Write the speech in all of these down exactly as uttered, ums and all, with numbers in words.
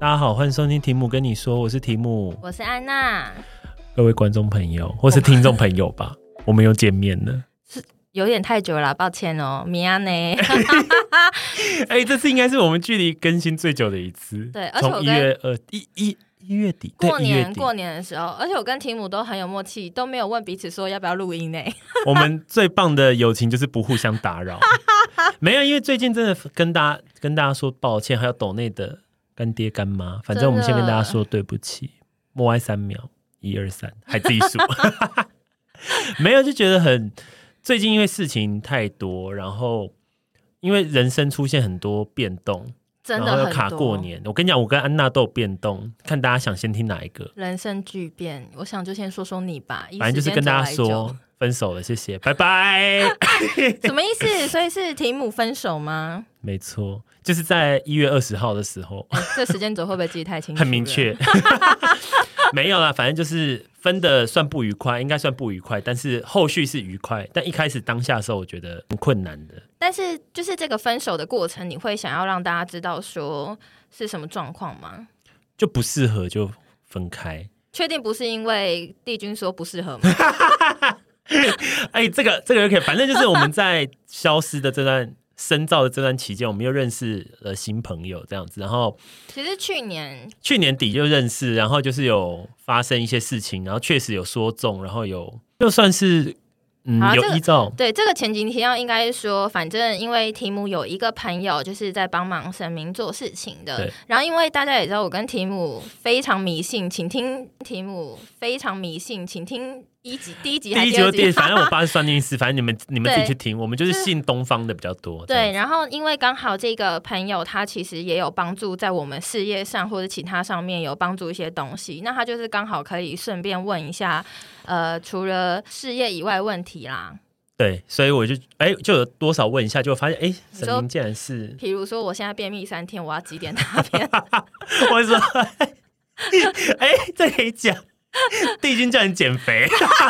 大家好，欢迎收听提姆跟你说，我是提姆， 我是安娜。 各位观众朋友或是听众朋友吧，我们又见面了， 是有点太久了，抱歉哦，米安呢？ 哎、欸，这次应该是我们距离更新最久的一次， 对，而且从一月二一一一月底， 过年过年的时候，而且我跟提姆都很有默契，都没有问彼此说要不要录音呢。 我们最棒的友情就是不互相打扰，没有，因为最近真的跟大家跟大家说抱歉，还有抖内的干爹干妈，反正我们先跟大家说对不起，默哀三秒，一二三，还自己数，没有就觉得很最近因为事情太多，然后因为人生出现很多变动。 真的很多， 然后又卡过年，我跟你讲，我跟安娜都有变动，看大家想先听哪一个。 人生巨变，我想就先说说你吧。 反正就是跟大家说分手了，谢谢，拜拜。 什么意思？所以是提姆分手吗？ 没错，就是在一月二十号的时候。 欸、这时间轴会不会记得太清楚？ 很明确。没有啦，反正就是分的算不愉快，应该算不愉快，但是后续是愉快。但一开始当下的时候，我觉得很困难的。 但是就是这个分手的过程，你会想要让大家知道说是什么状况吗？ 就不适合就分开。 确定不是因为帝君说不适合吗？ 哎、欸，这个这个可以，反正就是我们在消失的这段。深造的这段期间，我们又认识了新朋友，这样子。然后， 其实去年去年底就认识，然后就是有发生一些事情，然后确实有说中，然后有就算是嗯、啊、有依照、 这个、对这个前几天应该说，反正因为提姆有一个朋友就是在帮忙神明做事情的，然后因为大家也知道我跟提姆非常迷信，请听提姆非常迷信，请听。一集第一集还是第二集， 第一集反正我爸是算命师，反正你们你们自己去听，我们就是信东方的比较多。 对，然后因为刚好这个朋友他其实也有帮助在我们事业上或者其他上面有帮助一些东西，那他就是刚好可以顺便问一下，呃，除了事业以外问题啦。 对，所以我就哎，就有多少问一下，就发现哎，神明竟然是， 比如说我现在便秘三天，我要几点大便？ 我说，哎，这可以讲。帝君叫你减肥。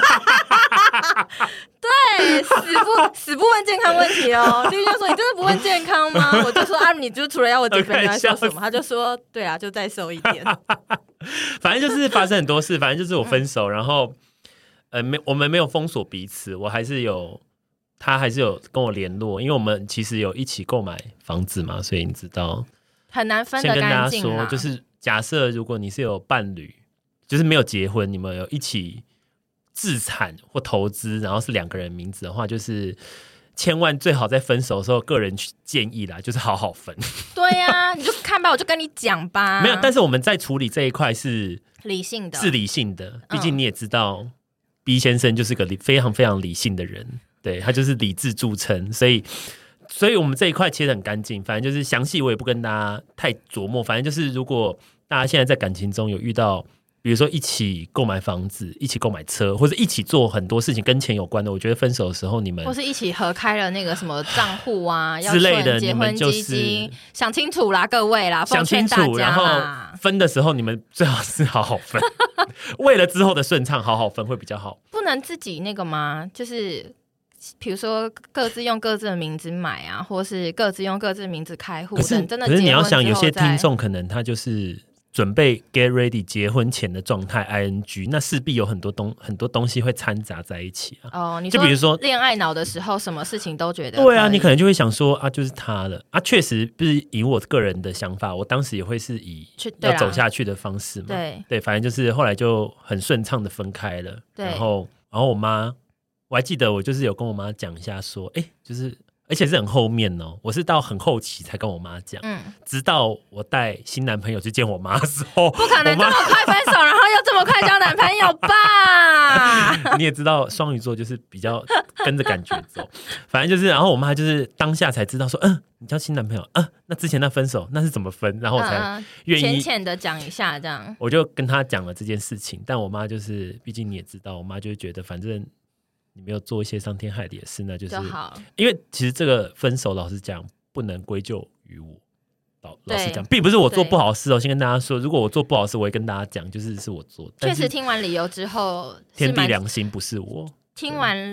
对，死不死不问健康问题哦。帝君说：“你真的不问健康吗？”我就说：“啊，你就除了要我减肥，你还说什么？”他就说：“对啊，就再瘦一点。” 反正就是发生很多事，反正就是我分手，嗯、然后呃，没我们没有封锁彼此，我还是有他还是有跟我联络，因为我们其实有一起购买房子嘛，所以你知道很难分得干净啦。先跟大家说， 就是假设如果你是有伴侣。就是没有结婚，你们有一起自产或投资，然后是两个人名字的话，就是千万最好在分手的时候，个人建议啦，就是好好分。 对呀、啊，你就看吧，我就跟你讲吧。 没有，但是我们在处理这一块是理性的， 是理性的。毕竟你也知道、嗯、，B 先生就是个非常非常理性的人，对他就是理智著称，所以。所以我们这一块切得很干净，反正就是详细我也不跟大家太琢磨，反正就是如果大家现在在感情中有遇到。比如说一起购买房子，一起购买车，或者一起做很多事情跟钱有关的，我觉得分手的时候你们， 或是一起合开了那个什么账户啊之类的， 结婚基金，想清楚啦，各位啦， 想清楚，然后分的时候你们最好是好好分，为了之后的顺畅，好好分会比较好。 不能自己那个吗？就是比如说各自用各自的名字买啊，或是各自用各自的名字开户， 可是真的可是你要想，有些听众可能他就是。准备 get ready 结婚前的状态 I N G， 那势必有很多东很多东西会掺杂在一起啊。 哦，你就比如说恋爱脑的时候，什么事情都觉得对啊，你可能就会想说啊，就是他了啊。确实不是以我个人的想法，我当时也会是以要走下去的方式嘛。 对对，反正就是后来就很顺畅的分开了。 对， 然后然后我妈，我还记得我就是有跟我妈讲一下说，哎，就是。而且是很后面哦，我是到很后期才跟我妈讲，嗯，直到我带新男朋友去见我妈的时候， 不可能这么快分手，然后又这么快交男朋友吧？ 你也知道双鱼座就是比较跟着感觉走，反正就是，然后我妈就是当下才知道说，嗯，你交新男朋友，嗯，那之前那分手那是怎么分，然后我才愿意浅浅的讲一下这样， 我就跟她讲了这件事情，但我妈就是，毕竟你也知道，我妈就会觉得反正。你没有做一些伤天害理的事，那就是因为其实这个分手，老实讲不能归咎于我。老老实讲，并不是我做不好事哦。先跟大家说，如果我做不好事，我会跟大家讲，就是是我做。 确实听完理由之后， 天地良心不是我。 听完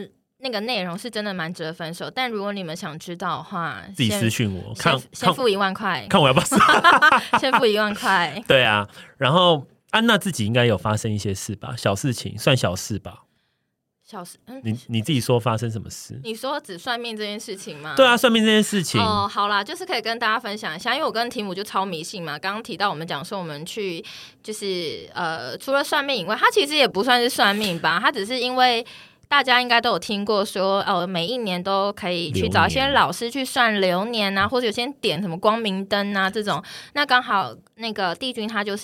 那个内容是真的蛮值得分手，但如果你们想知道的话， 自己私讯我，看先付一万块， 看我要不要先付一万块。 对啊，然后安娜自己应该有发生一些事吧，小事情算小事吧。 小事，嗯， 你你自己说发生什么事？ 你说只算命这件事情吗？ 对啊，算命这件事情。 哦，好啦，就是可以跟大家分享一下，因为我跟提姆就超迷信嘛。刚刚提到我们讲说我们去就是呃，除了算命以外，它其实也不算是算命吧，它只是因为。大家应该都有听过说，哦，每一年都可以去找一些老师去算流年啊，或者有些点什么光明灯啊这种。那刚好那个帝君他就是、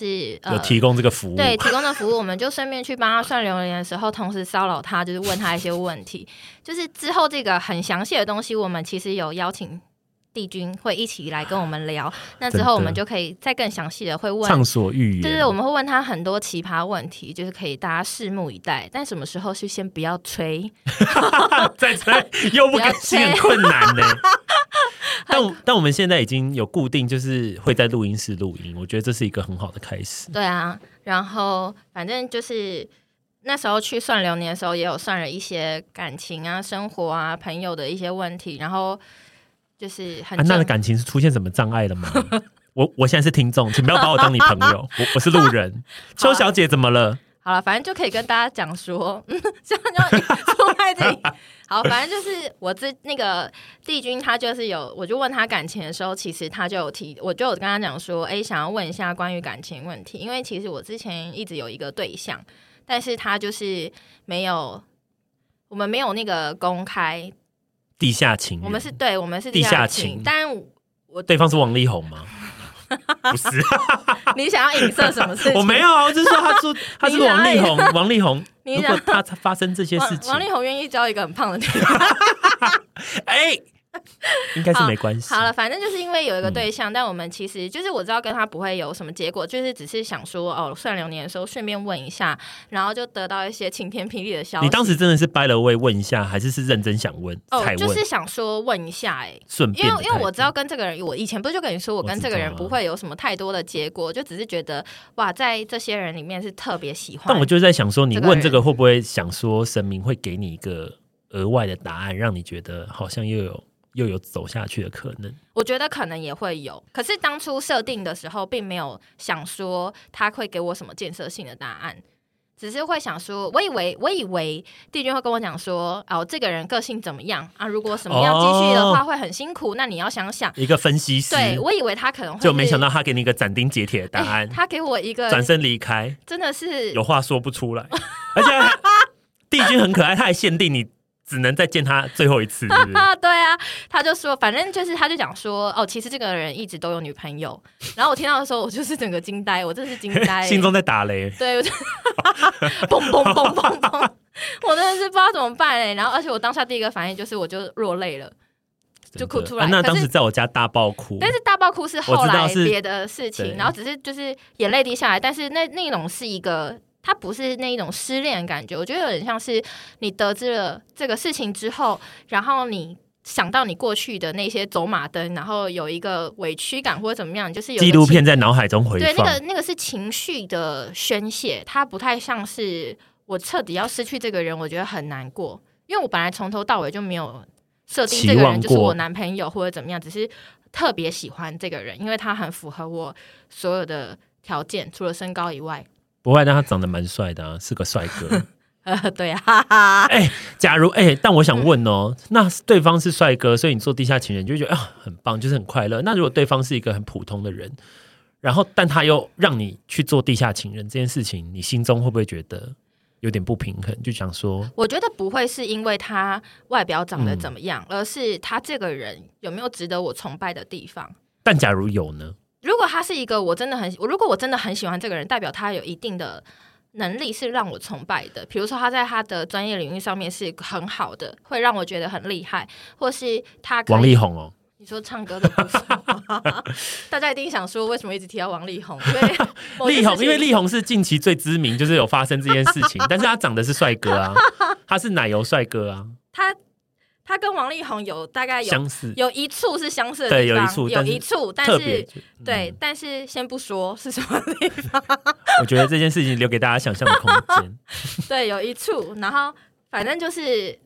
呃、有提供这个服务， 对，提供的服务，我们就顺便去帮他算流年的时候，同时骚扰他，就是问他一些问题。就是之后这个很详细的东西，我们其实有邀请。帝君会一起来跟我们聊，那之后我们就可以再更详细的会问， 畅所欲言。 就是我们会问他很多奇葩问题，就是可以大家拭目以待。但什么时候是先不要催， 再催又不更新很困难呢。但但我们现在已经有固定，就是会在录音室录音，我觉得这是一个很好的开始。 对啊，然后反正就是那时候去算流年的时候，也有算了一些感情啊、生活啊、朋友的一些问题，然后。就是很安娜的感情是出现什么障碍了吗？我我现在是听众，请不要把我当你朋友，我我是路人。邱小姐怎么了？ 好了，反正就可以跟大家讲说，嗯，这样要出在这里。好，反正就是我这那个帝君，他就是有，我就问他感情的时候，其实他就有提，我就有跟他讲说，哎、欸，想要问一下关于感情问题，因为其实我之前一直有一个对象，但是他就是没有，我们没有那个公开。 地下情， 我们是对，我们是地下情，但我对方是王力宏吗？不是， 你想要影射什么事情？ 我没有啊，我就是说他说他是王力宏，王力宏，如果他发生这些事情， 王力宏愿意交一个很胖的女人， 哎、欸。应该是没关系。 好了，反正就是因为有一个对象、嗯，但我们其实就是我知道跟他不会有什么结果，就是只是想说哦，算流年的时候顺便问一下，然后就得到一些晴天霹雳的消息。 你当时真的是by the way问一下，还是是认真想问？ 哦， 才问就是想说问一下、欸，哎， 顺便， 因为因为我知道跟这个人，我以前不是就跟你说，我跟这个人不会有什么太多的结果，就只是觉得哇，在这些人里面是特别喜欢。 但我就在想说，你问这个会不会想说神明会给你一个额外的答案，让你觉得好像又有。又有走下去的可能， 我觉得可能也会有，可是当初设定的时候并没有想说他会给我什么建设性的答案，只是会想说，我以为我以为帝君会跟我讲说，哦，这个人个性怎么样啊？如果什么样继续的话会很辛苦，哦、那你要想想一个分析师。 对，我以为他可能会， 就没想到他给你一个斩钉截铁的答案、欸， 他给我一个转身离开， 真的是有话说不出来，而且帝君很可爱，他还限定你。只能再见他最后一次是不是对啊，他就说反正就是他就讲说哦，其实这个人一直都有女朋友。然后我听到的时候我就是整个惊呆，我真的是惊呆心中在打雷。 对，我就砰砰砰砰砰，我真的是不知道怎么办哎。然后而且我当下第一个反应就是我就落泪了，就哭出来、啊、 那当时在我家大爆哭， 但是大爆哭是后来别的事情，然后只是就是眼泪滴下来，但是那那种是一个它不是那一种失恋的感觉，我觉得有点像是你得知了这个事情之后，然后你想到你过去的那些走马灯，然后有一个委屈感或者怎么样，就是有纪录片在脑海中回放。 对，那个那个是情绪的宣泄，它不太像是我彻底要失去这个人，我觉得很难过，因为我本来从头到尾就没有设定这个人就是我男朋友或者怎么样，只是特别喜欢这个人，因为他很符合我所有的条件，除了身高以外。 不会，但他长得蛮帅的啊，是个帅哥。 呃，对啊， 哎、欸，假如哎、欸，但我想问哦、嗯，那对方是帅哥，所以你做地下情人就会觉得啊很棒，就是很快乐。那如果对方是一个很普通的人，然后但他又让你去做地下情人这件事情，你心中会不会觉得有点不平衡？就想说， 我觉得不会是因为他外表长得怎么样，嗯、而是他这个人有没有值得我崇拜的地方。 但假如有呢？如果他是一个我真的很，如果我真的很喜欢这个人，代表他有一定的能力是让我崇拜的。比如说他在他的专业领域上面是很好的，会让我觉得很厉害，或是他可以王力宏哦。 你说唱歌的部分，大家一定想说为什么一直提到王力宏？因为力宏，因为力宏是近期最知名，就是有发生这件事情，但是他长得是帅哥啊，他是奶油帅哥啊， 他。他跟王力宏有大概有相似， 有一处是相似的地方， 对，有一处， 有一处，但是、 嗯、对，但是先不说是什么地方。 我觉得这件事情留给大家想象的空间。 对，有一处，然后反正就是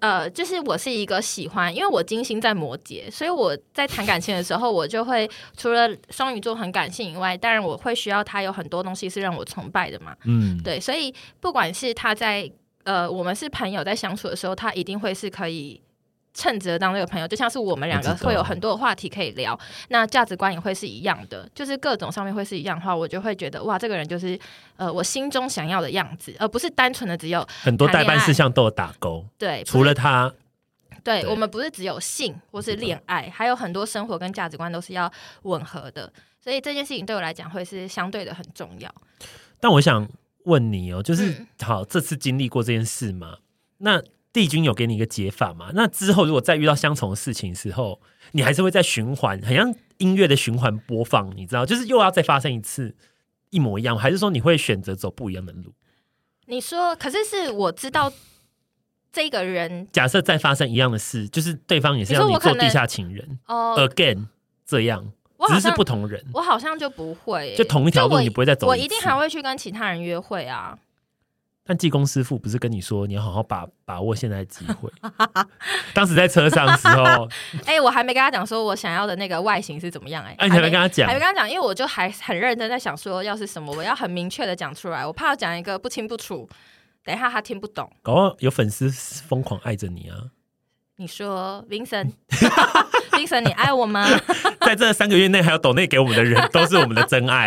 呃，就是我是一个喜欢，因为我金星在摩羯，所以我在谈感情的时候，我就会除了双鱼座很感性以外，当然我会需要他有很多东西是让我崇拜的嘛。嗯，对，所以不管是他在呃我们是朋友在相处的时候，他一定会是可以称职的当这个朋友，就像是我们两个会有很多话题可以聊，那价值观也会是一样的，就是各种上面会是一样的话，我就会觉得哇，这个人就是呃我心中想要的样子，而不是单纯的只有很多代办事项都有打勾。 对， 除了他， 对，对我们不是只有性或是恋爱，还有很多生活跟价值观都是要吻合的，所以这件事情对我来讲会是相对的很重要。 但我想问你哦，就是、嗯、好，这次经历过这件事嘛，那帝君有给你一个解法嘛？那之后如果再遇到相同的事情的时候，你还是会再循环，很像音乐的循环播放，你知道，就是又要再发生一次一模一样，还是说你会选择走不一样的路？ 你说，可是是我知道这个人， 假设再发生一样的事，就是对方也是要你做地下情人、呃、，again 这样，只是不同人。 我好像就不会、欸， 就同一条路你不会再走一次。 我一定还会去跟其他人约会啊。 但济公师傅不是跟你说你要好好把把握现在的机会？当时在车上的时候， 哎、欸，我还没跟他讲说我想要的那个外形是怎么样、欸，哎、 啊，你还没跟他讲， 还没跟他讲，因为我就还很认真在想说要是什么，我要很明确的讲出来，我怕讲一个不清不楚，等一下他听不懂。 搞不好有粉丝疯狂爱着你啊！ 你说 Vincent ，Vincent， 你爱我吗？ 在这三个月内还有抖内给我们的人，都是我们的真爱。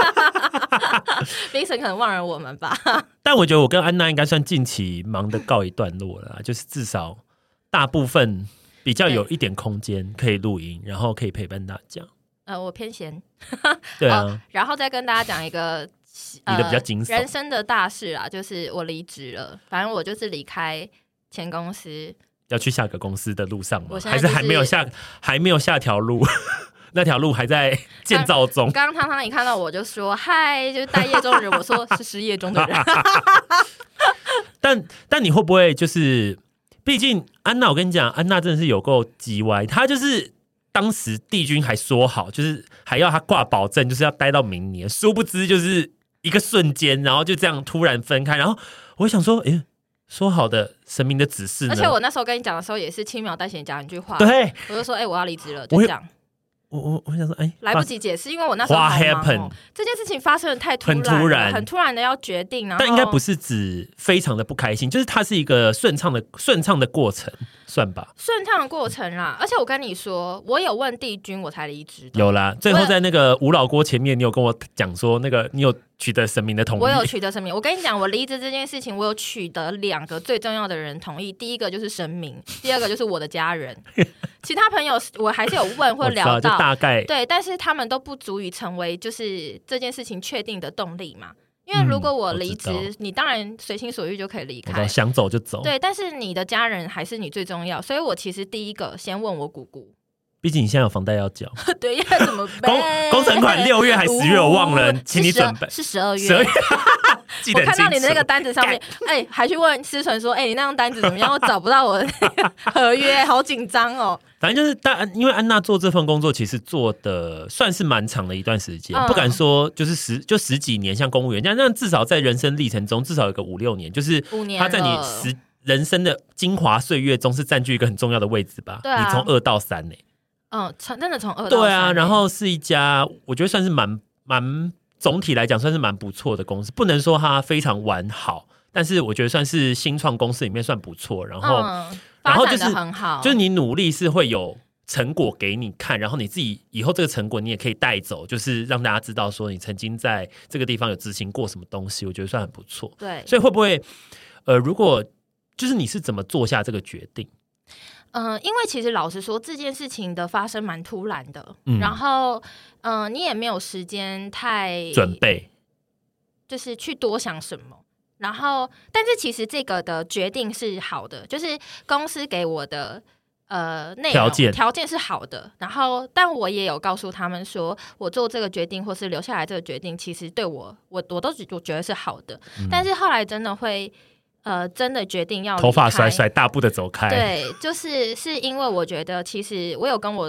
Vincent 可能忘了我们吧。 但我觉得我跟安娜应该算近期忙得告一段落了啦，就是至少大部分比较有一点空间可以录音，然后可以陪伴大家。 呃，我偏闲。 对啊、 哦，然后再跟大家讲一个。 你的比较惊悚、 呃、人生的大事啊，就是我离职了。反正我就是离开前公司， 要去下个公司的路上吗？ 就是、 还是还没有下，还没有下条路？那条路还在建造中。 刚刚汤汤一看到我就说：“嗨，就是待业中的人。”我说是失业中的人。 但但你会不会就是？毕竟安娜，我跟你讲，安娜真的是有够鸡歪。她就是当时帝君还说好，就是还要她挂保证，就是要待到明年。殊不知就是一个瞬间，然后就这样突然分开。然后我想说，哎，说好的神明的指示呢？ 而且我那时候跟你讲的时候，也是轻描淡写讲一句话。 对， 我就说：“哎、欸，我要离职了。”就这样。 我我我想说，哎， 来不及解释，因为我那时候好忙、哦、这件事情发生的太突然了，很突然，很突然的要决定。然后但应该不是指非常的不开心，就是它是一个顺畅的顺畅的过程，算吧， 顺畅的过程啦。而且我跟你说，我有问帝君，我才离职。 有啦，最后在那个吴老锅前面，你有跟我讲说，那个你有取得神明的同意。 我有取得神明。我跟你讲，我离职这件事情，我有取得两个最重要的人同意。第一个就是神明，第二个就是我的家人。其他朋友我还是有问或聊到， 大概对，但是他们都不足以成为就是这件事情确定的动力嘛。因为如果我离职、嗯，你当然随心所欲就可以离开， 想走就走。 对，但是你的家人还是你最重要，所以我其实第一个先问我姑姑。 毕竟你现在有房贷要缴， 对，要怎么办？ 工程款六月还十月我忘了，请你准备是十二月。 十二月， 我看到你的那个单子上面，哎、欸，还去问思纯说，哎、欸，你那张单子怎么样？我找不到我的合约，好紧张哦。 反正就是，因为安娜做这份工作，其实做的算是蛮长的一段时间、嗯，不敢说就是十就十几年，像公务员这样，但至少在人生历程中，至少有个五六年，就是他在你十人生的精华岁月中是占据一个很重要的位置吧？ 对啊， 你从二到三呢、欸？ 嗯，真的从二到三、欸。 对啊，然后是一家我觉得算是蛮蛮总体来讲算是蛮不错的公司，不能说它非常完好，但是我觉得算是新创公司里面算不错。然后， 嗯、 然后就是发展得很好， 就是你努力是会有成果给你看，然后你自己以后这个成果你也可以带走，就是让大家知道说你曾经在这个地方有执行过什么东西，我觉得算很不错。 对， 所以会不会呃，如果就是你是怎么做下这个决定？ 嗯、呃，因为其实老实说，这件事情的发生蛮突然的，嗯、然后嗯、呃，你也没有时间太准备， 就是去多想什么。然后，但是其实这个的决定是好的，就是公司给我的呃内容条件条件是好的。然后，但我也有告诉他们说，我做这个决定或是留下来这个决定，其实对我我我都我觉得是好的。嗯、但是后来真的会。呃，真的决定要头发甩甩，大步的走开。 对，就是是因为我觉得，其实我有跟我的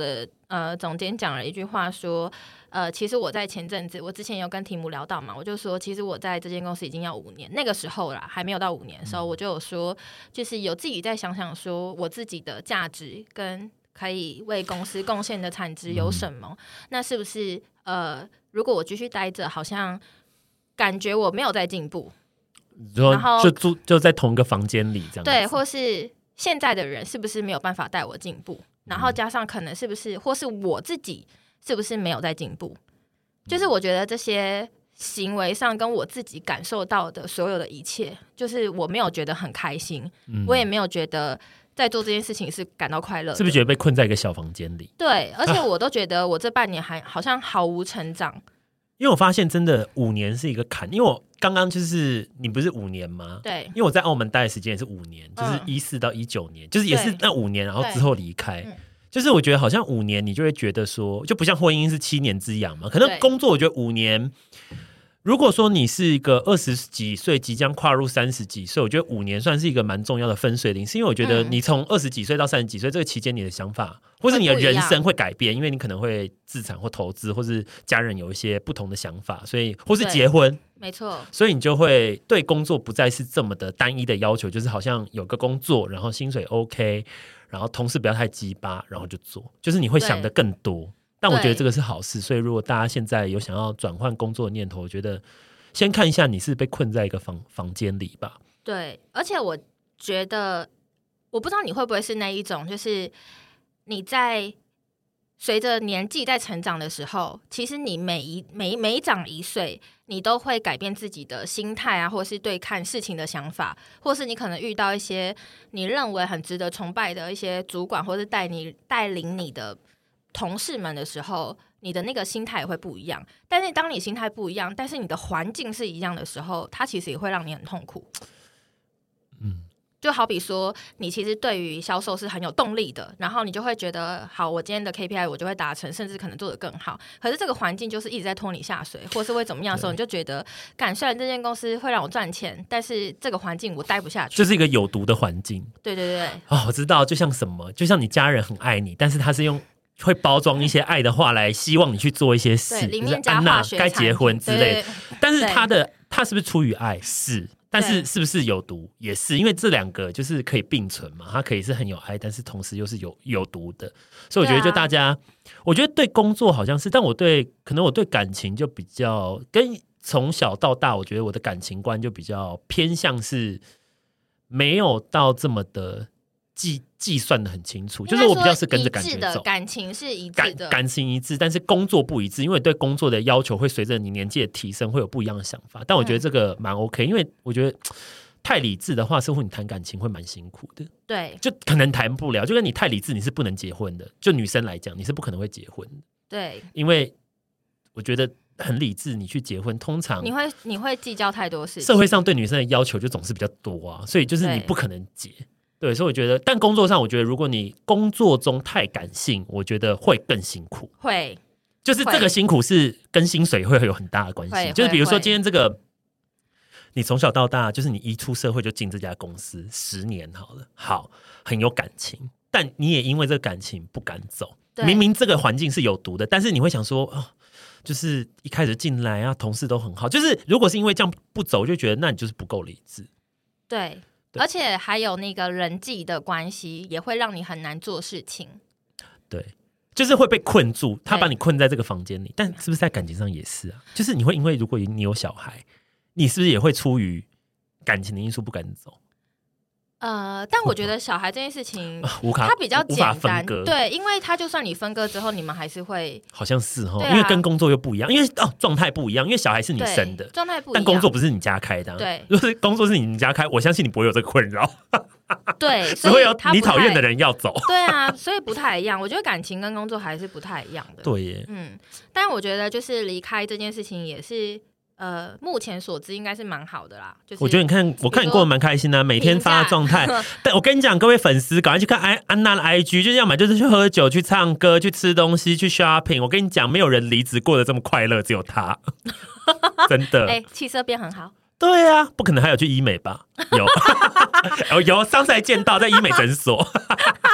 呃总监讲了一句话说，呃，其实我在前阵子，我之前有跟题目聊到嘛，我就说，其实我在这间公司已经要五年，那个时候啦，还没有到五年的时候，我就有说，就是有自己在想想说，我自己的价值跟可以为公司贡献的产值有什么？嗯、那是不是呃，如果我继续待着，好像感觉我没有在进步， 然后就住就在同一个房间里这样子， 对，或是现在的人是不是没有办法带我进步？然后加上可能是不是，或是我自己是不是没有在进步？就是我觉得这些行为上跟我自己感受到的所有的一切，就是我没有觉得很开心，嗯、我也没有觉得在做这件事情是感到快乐的， 是不是觉得被困在一个小房间里？ 对，而且我都觉得我这半年还好像毫无成长。啊、 因为我发现真的五年是一个坎，因为我刚刚就是你不是五年吗？ 对， 因为我在澳门待的时间也是五年，就是一四到一九年，嗯、就是也是那五年，然后之后离开。就是我觉得好像五年，你就会觉得说，就不像婚姻是七年之痒嘛。可能工作，我觉得五年，如果说你是一个二十几岁即将跨入三十几岁，我觉得五年算是一个蛮重要的分水岭，是因为我觉得你从二十几岁到三十几岁这个期间，你的想法或是你的人生会改变，因为你可能会自产或投资，或是家人有一些不同的想法，所以或是结婚， 没错， 所以你就会对工作不再是这么的单一的要求，就是好像有个工作，然后薪水 OK。然后同事不要太鸡巴，然后就做，就是你会想的更多。但我觉得这个是好事，所以如果大家现在有想要转换工作的念头，我觉得先看一下你是被困在一个房房间里吧。 对，而且我觉得，我不知道你会不会是那一种，就是你在随着年纪在成长的时候，其实你每一每每长一岁，你都会改变自己的心态啊，或是对看事情的想法，或是你可能遇到一些你认为很值得崇拜的一些主管，或是带你带领你的同事们的时候，你的那个心态也会不一样。但是当你心态不一样，但是你的环境是一样的时候，它其实也会让你很痛苦。嗯。就好比说你其实对于销售是很有动力的，然后你就会觉得好，我今天的 K P I 我就会达成，甚至可能做得更好。可是这个环境就是一直在拖你下水，或是会怎么样的时候，你就觉得干，虽然这间公司会让我赚钱，但是这个环境我待不下去， 就是一个有毒的环境。 对对对， 哦，我知道，就像什么，就像你家人很爱你，但是他是用会包装一些爱的话来希望你去做一些事， 里面加化学该结婚之类的。但是他的他是不是出于爱？是。但是是不是有毒也是，因为这两个就是可以并存嘛，它可以是很有爱，但是同时又是有有毒的，所以我觉得就大家、啊、我觉得对工作好像是，但我对可能我对感情就比较跟从小到大，我觉得我的感情观就比较偏向是没有到这么的计计算的很清楚，就是我比较是跟着感觉走， 感情是一致的， 感情一致，但是工作不一致，因为对工作的要求会随着你年纪的提升会有不一样的想法。但我觉得这个蛮 OK，、嗯、因为我觉得太理智的话，似乎你谈感情会蛮辛苦的。 对， 就可能谈不了，就跟你太理智，你是不能结婚的。就女生来讲，你是不可能会结婚的。 对， 因为我觉得很理智，你去结婚，通常你会你会计较太多事情， 社会上对女生的要求就总是比较多啊，所以就是你不可能结。对，所以我觉得，但工作上，我觉得如果你工作中太感性，我觉得会更辛苦。 会， 就是这个辛苦是跟薪水会有很大的关系。就是比如说今天这个，你从小到大，就是你一出社会就进这家公司十年好了，好，很有感情，但你也因为这个感情不敢走。明明这个环境是有毒的，但是你会想说，哦，就是一开始进来啊，同事都很好，就是如果是因为这样不走，就觉得那你就是不够理智。 对。而且还有那个人际的关系，也会让你很难做事情。 对，就是会被困住，他把你困在这个房间里。但是不是在感情上也是啊？就是你会因为如果你有小孩，你是不是也会出于感情的因素不敢走？ 呃，但我觉得小孩这件事情， 无法它比较简单， 分割， 对，因为它就算你分割之后，你们还是会， 好像是哈、 啊， 因为跟工作又不一样，因为哦状态不一样，因为小孩是你生的， 状态不一样， 但工作不是你家开的、啊， 对， 如果是工作是你家开，我相信你不会有这个困扰， 对， 只会有你讨厌的人要走， 对啊，所以不太一样。我觉得感情跟工作还是不太一样的， 对耶， 嗯，但我觉得就是离开这件事情也是。呃，目前所知应该是蛮好的啦。就是、 我觉得你看，我看你过得蛮开心的、啊，每天发的状态。但我跟你讲，各位粉丝，赶快去看安安娜的 I G， 就是要么就是去喝酒、去唱歌、去吃东西、去 shopping。我跟你讲，没有人离职过得这么快乐，只有他，真的。 哎、欸，气色变很好。 对啊，不可能还有去医美吧？有，有，有，上次还见到在医美诊所。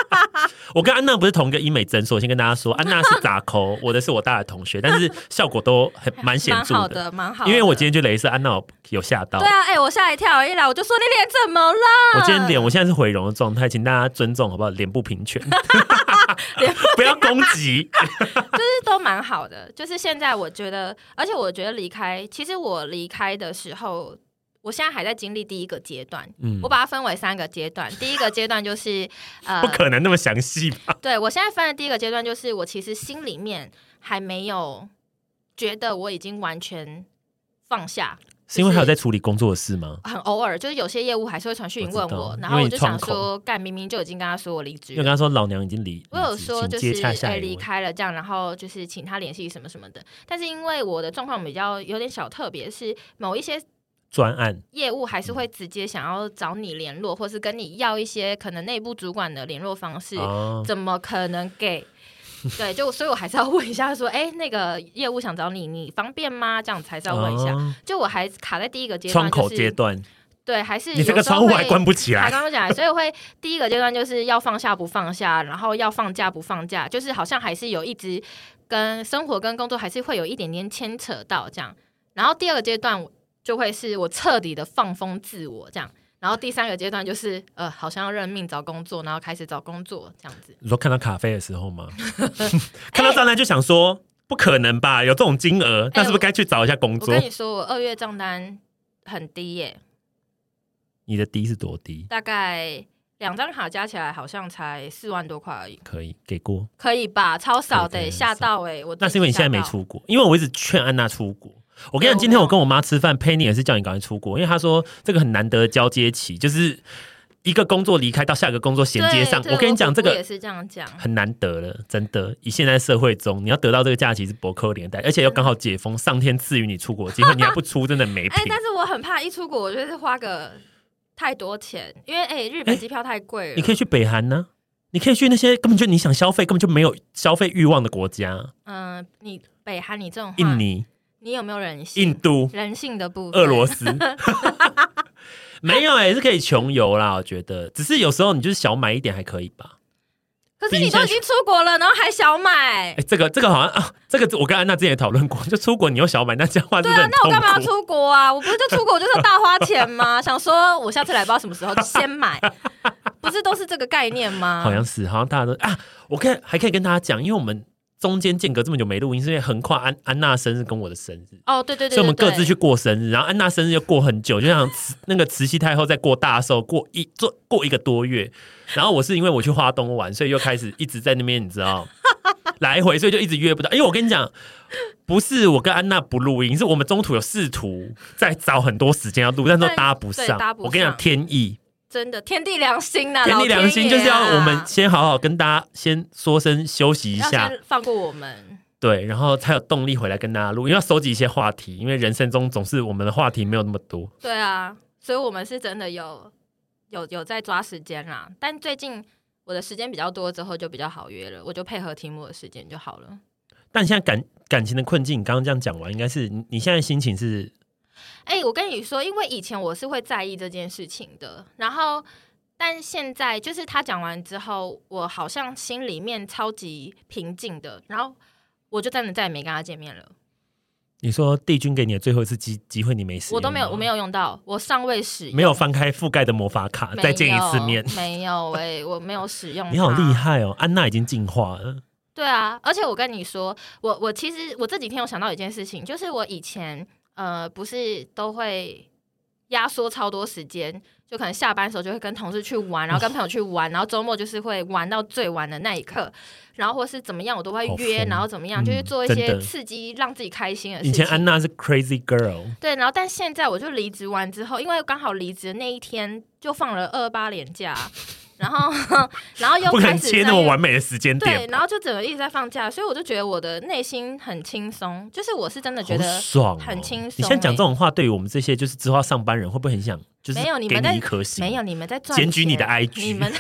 我跟安娜不是同一个医美诊所，先跟大家说，安娜是杂抠，我的是我大的同学，但是效果都很蛮显著的， 蛮好的，蛮好的。 因为我今天去雷射，安娜有吓到。 对啊，哎、欸，我吓一跳，一来我就说你脸怎么了？ 我今天脸，我现在是毁容的状态，请大家尊重好不好？脸部平权，不要攻击， 就是都蛮好的。就是现在我觉得，而且我觉得离开，其实我离开的时候。我现在还在经历第一个阶段、嗯，我把它分为三个阶段。第一个阶段就是呃， 不可能那么详细吧？ 对，我现在分的第一个阶段就是我其实心里面还没有觉得我已经完全放下。 是因为还有在处理工作的事吗？ 很偶尔，就是有些业务还是会传讯问我，然后我就想说，干明明就已经跟他说我离职了， 因为跟他说老娘已经离， 我有说就是哎离开了这样，然后就是请他联系什么什么的。但是因为我的状况比较有点小特别，是某一些。 专案业务还是会直接想要找你联络，或是跟你要一些可能内部主管的联络方式，哦、怎么可能给？对，就所以我还是要问一下，说，哎、欸，那个业务想找你，你方便吗？这样才是要问一下。哦、就我还卡在第一个阶段、就是， 窗口阶段， 对，还是你这个窗户还关不起来， 还关不起来，所以我会第一个阶段就是要放下不放下，然后要放假不放假，就是好像还是有一直跟生活跟工作还是会有一点点牵扯到这样。然后第二个阶段。就会是我彻底的放风自我这样，然后第三个阶段就是呃，好像要认命找工作，然后开始找工作这样子。 你说看到咖啡的时候吗？看到账单就想说、欸、不可能吧，有这种金额，那是不是该去找一下工作？ 我跟你说，我二月账单很低耶。 你的低是多低？ 大概两张卡加起来好像才四万多块而已。 可以给过？ 可以吧？超少的，吓到哎、欸！我那是因为你现在没出国，因为我一直劝安娜出国。我跟你讲，今天我跟我妈吃饭 ，Penny 也是叫你赶快出国，因为她说这个很难得的交接期，就是一个工作离开到下一个工作衔接上。我跟你讲，这个也是这样讲， 很难得了，真的。以现在社会中，你要得到这个假期是不可怜的，而且又刚好解封，上天赐予你出国机会，你还不出，真的没品。 哎、欸，但是我很怕一出国，我就是花个太多钱，因为哎、欸，日本机票太贵了、欸。 你可以去北韩呢、啊，你可以去那些根本就你想消费根本就没有消费欲望的国家。 嗯、呃，你北韩，你这种话印尼。 你有没有人性？ 印度人性的部分， 俄罗斯没有哎、欸，是可以穷游啦。我觉得，只是有时候你就是小买一点还可以吧。 可是你都已经出国了，然后还小买，哎、 欸，这个这个好像啊，这个我跟安娜之前也讨论过，就出国你又小买，那这样话是不是很痛苦？ 对啊，那我干嘛要出国啊？我不是就出国就是大花钱吗？想说我下次来不知道什么时候就先买，不是都是这个概念吗？ 好像是，好像大家都啊，我可以还可以跟大家讲，因为我们。中间间隔这么久没录音，是因为横跨安安娜生日跟我的生日哦，对对 对, 对, 对， 所以我们各自去过生日，然后安娜生日又过很久，就像慈那个慈禧太后在过大寿，过一做过一个多月，然后我是因为我去花东玩，所以又开始一直在那边，你知道来回，所以就一直约不到。因为我跟你讲，不是我跟安娜不录音，是我们中途有试图在找很多时间要录，但都搭不上。 搭不上。 我跟你讲，天意。 真的天地良心呐、啊， 天地良心就是要我们先好好跟大家先说声休息一下， 先放过我们。 对，然后才有动力回来跟大家录，因为要收集一些话题，因为人生中总是我们的话题没有那么多。 对啊，所以我们是真的有有有在抓时间啦，但最近我的时间比较多之后就比较好约了，我就配合题目的时间就好了。 但现在感感情的困境，你刚刚这样讲完，应该是你你现在心情是？ 哎、欸，我跟你说，因为以前我是会在意这件事情的，然后但现在就是他讲完之后，我好像心里面超级平静的，然后我就真的再也没跟他见面了。 你说帝君给你的最后一次机机会，你没使用？ 我都没有，我没有用到，我尚未使用， 没有翻开覆盖的魔法卡再见一次面， 没有哎、欸，我没有使用。 你好厉害哦，安娜已经进化了。 对啊，而且我跟你说，我我其实我这几天有想到一件事情，就是我以前。呃，不是都会压缩超多时间，就可能下班的时候就会跟同事去玩，然后跟朋友去玩，然后周末就是会玩到最晚的那一刻，然后或是怎么样我都会约，然后怎么样、嗯、就是做一些刺激让自己开心的事情。 以前安娜是 crazy girl， 对，然后但现在我就离职完之后，因为刚好离职的那一天就放了二八连假。然后，然后又不可能切那么完美的时间点， 对，然后就整个一直在放假，所以我就觉得我的内心很轻松，就是我是真的觉得爽， 很轻松、欸。 你现在讲这种话，对于我们这些就是之后上班人，会不会很想就是没有你们在给你一颗心？ 没有你们在赚检举你的 I G， 你们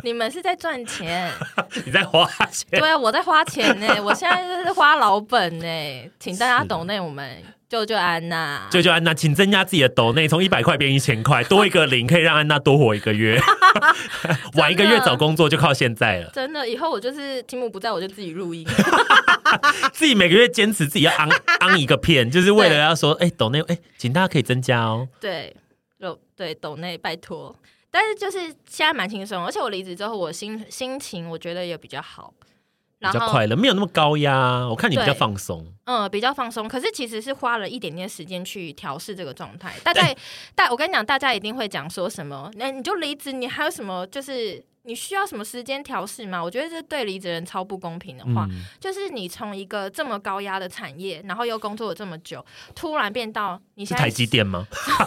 你们是在赚钱， 你在花钱。 对啊，我在花钱呢、欸，我现在就是花老本呢、欸，请大家抖内我们救救安娜， 救救安娜，请增加自己的抖内，从一百块变一千块，多一个零可以让安娜多活一个月。晚一个月找工作就靠现在了。 真的，以后我就是题目不在我就自己录音， 自己每个月坚持自己要昂昂一个片，就是为了要说，哎、欸，抖内，哎、欸，请大家可以增加哦。 对，对，抖内拜托。但是就是现在蛮轻松，而且我离职之后，我心心情我觉得也比较好。 比较快乐，没有那么高压。我看你比较放松， 嗯，比较放松。可是其实是花了一点点时间去调试这个状态。大概，大我跟你讲，大家一定会讲说什么？那你就离职，你还有什么？就是你需要什么时间调试吗？我觉得这对离职人超不公平的话，嗯、就是你从一个这么高压的产业，然后又工作了这么久，突然变到你现在是台积电吗？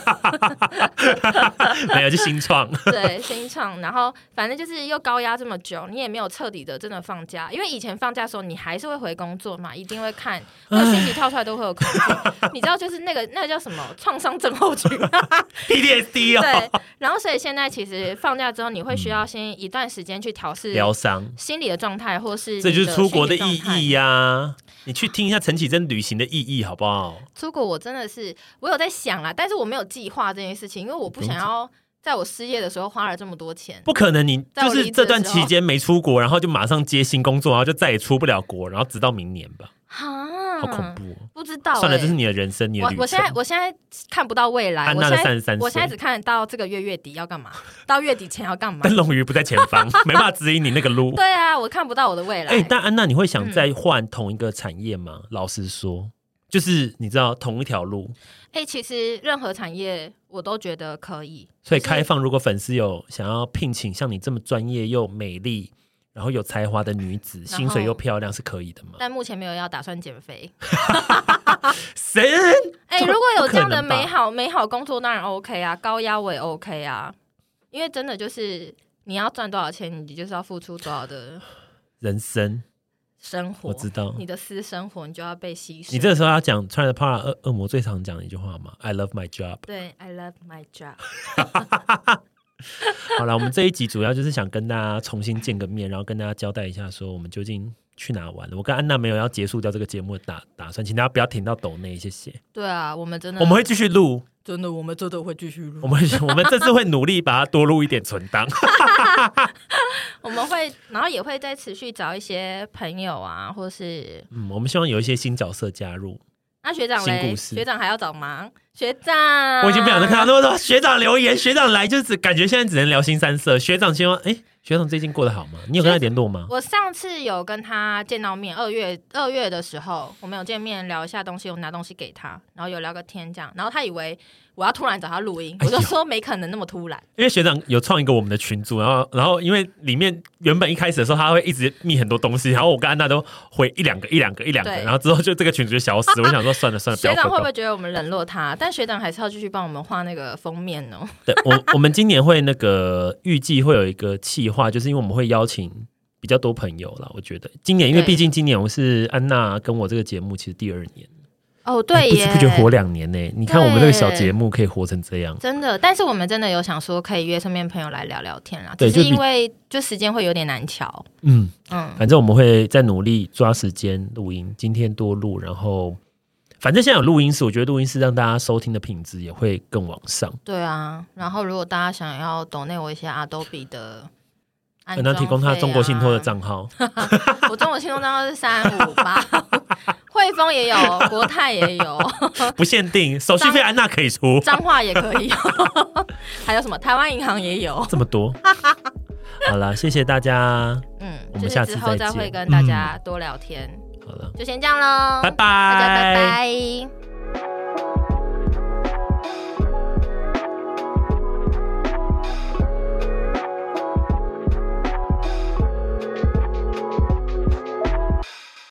没有，就新创。 对，新创。然后反正就是又高压这么久，你也没有彻底的真的放假，因为以前放假的时候你还是会回工作嘛，一定会看那个信息跳出来都会有恐惧，你知道就是那个那个叫什么创伤症候群 P T S D 哦。 对，然后所以现在其实放假之后，你会需要先一段时间去调试疗伤心理的状态，或是这就是出国的意义呀、啊。你去听一下陈绮贞旅行的意义好不好？ 出国我真的是我有在想啦，但是我没有计划这件事情，因为我不想要在我失业的时候花了这么多钱。 不可能，你就是这段期间没出国，然后就马上接新工作，然后就再也出不了国，然后直到明年吧。 哈， 好恐怖、哦！ 不知道、欸， 算了，这是你的人生，你的旅程。 我我现在我现在看不到未来， 安娜的三十三岁， 我现在只看得到这个月月底要干嘛，到月底前要干嘛。 灯笼鱼不在前方，没办法指引你那个路。 对啊，我看不到我的未来。 哎、欸，但安娜，你会想再换同一个产业吗？嗯、老实说，就是你知道同一条路。 哎、欸，其实任何产业我都觉得可以。 所以开放，如果粉丝有想要聘请像你这么专业又美丽，然后有才华的女子，薪水又漂亮，是可以的吗？ 但目前没有要打算减肥。 神， 哎、欸，如果有这样的美好美好工作，当然 OK 啊，高压我也 OK 啊，因为真的就是你要赚多少钱，你就是要付出多少的人生生活。 我知道你的私生活，你就要被牺牲。 你这个时候要讲《穿着 Prada 恶恶魔》最常讲的一句话吗 ？I love my job。 对 ，I love my job 。 好了，我们这一集主要就是想跟大家重新见个面，然后跟大家交代一下，说我们究竟去哪玩了。我跟安娜没有要结束掉这个节目的打打算，请大家不要停到抖内，谢谢。 对啊，我们真的， 我们会继续录， 真的，我们真的会继续录。 我们我们这次会努力把它多录一点存档。 我们会，然后也会再持续找一些朋友啊，或是嗯，我们希望有一些新角色加入。 那学长嘞？学长还要找忙？学长， 我已经不想再看到那么多学长留言，学长来就是只感觉现在只能聊新三色。学长希望，哎、欸，学长最近过得好吗？你有跟他联络吗？ 我上次有跟他见到面，二月二月的时候，我们有见面聊一下东西，我拿东西给他，然后有聊个天这样，然后他以为我要突然找他录音，我就说没可能那么突然， 因为学长有创一个我们的群组，然后然后因为里面原本一开始的时候他会一直密很多东西，然后我跟安娜都回一两个一两个一两个，然后之后就这个群组就消失。我想说算了算了， 学长会不会觉得我们冷落他？但学长还是要继续帮我们画那个封面哦。 对，我我们今年会那个预计会有一个企划，就是因为我们会邀请比较多朋友啦。我觉得今年因为毕竟今年我是安娜跟我这个节目其实第二年。 哦，对耶， 不知不觉活两年呢。你看我们这个小节目可以活成这样， 真的。但是我们真的有想说可以约身边朋友来聊聊天啦，只是因为就时间会有点难瞧。 嗯嗯，反正我们会再努力抓时间录音，今天多录，然后反正现在有录音室，我觉得录音室让大家收听的品质也会更往上。 对啊，然后如果大家想要抖内我一些 Adobe 的。 可能提供他中国信托的账号， 我中国信托账号是三五八，汇丰也有，国泰也有， 不限定，手续费安娜可以出， 彰化也可以，还有什么台湾银行也有， 这么多。好了，谢谢大家， 嗯， 我们下次再见， 之后再会跟大家多聊天。 嗯、好了， 就先这样咯， 拜拜， 大家拜拜。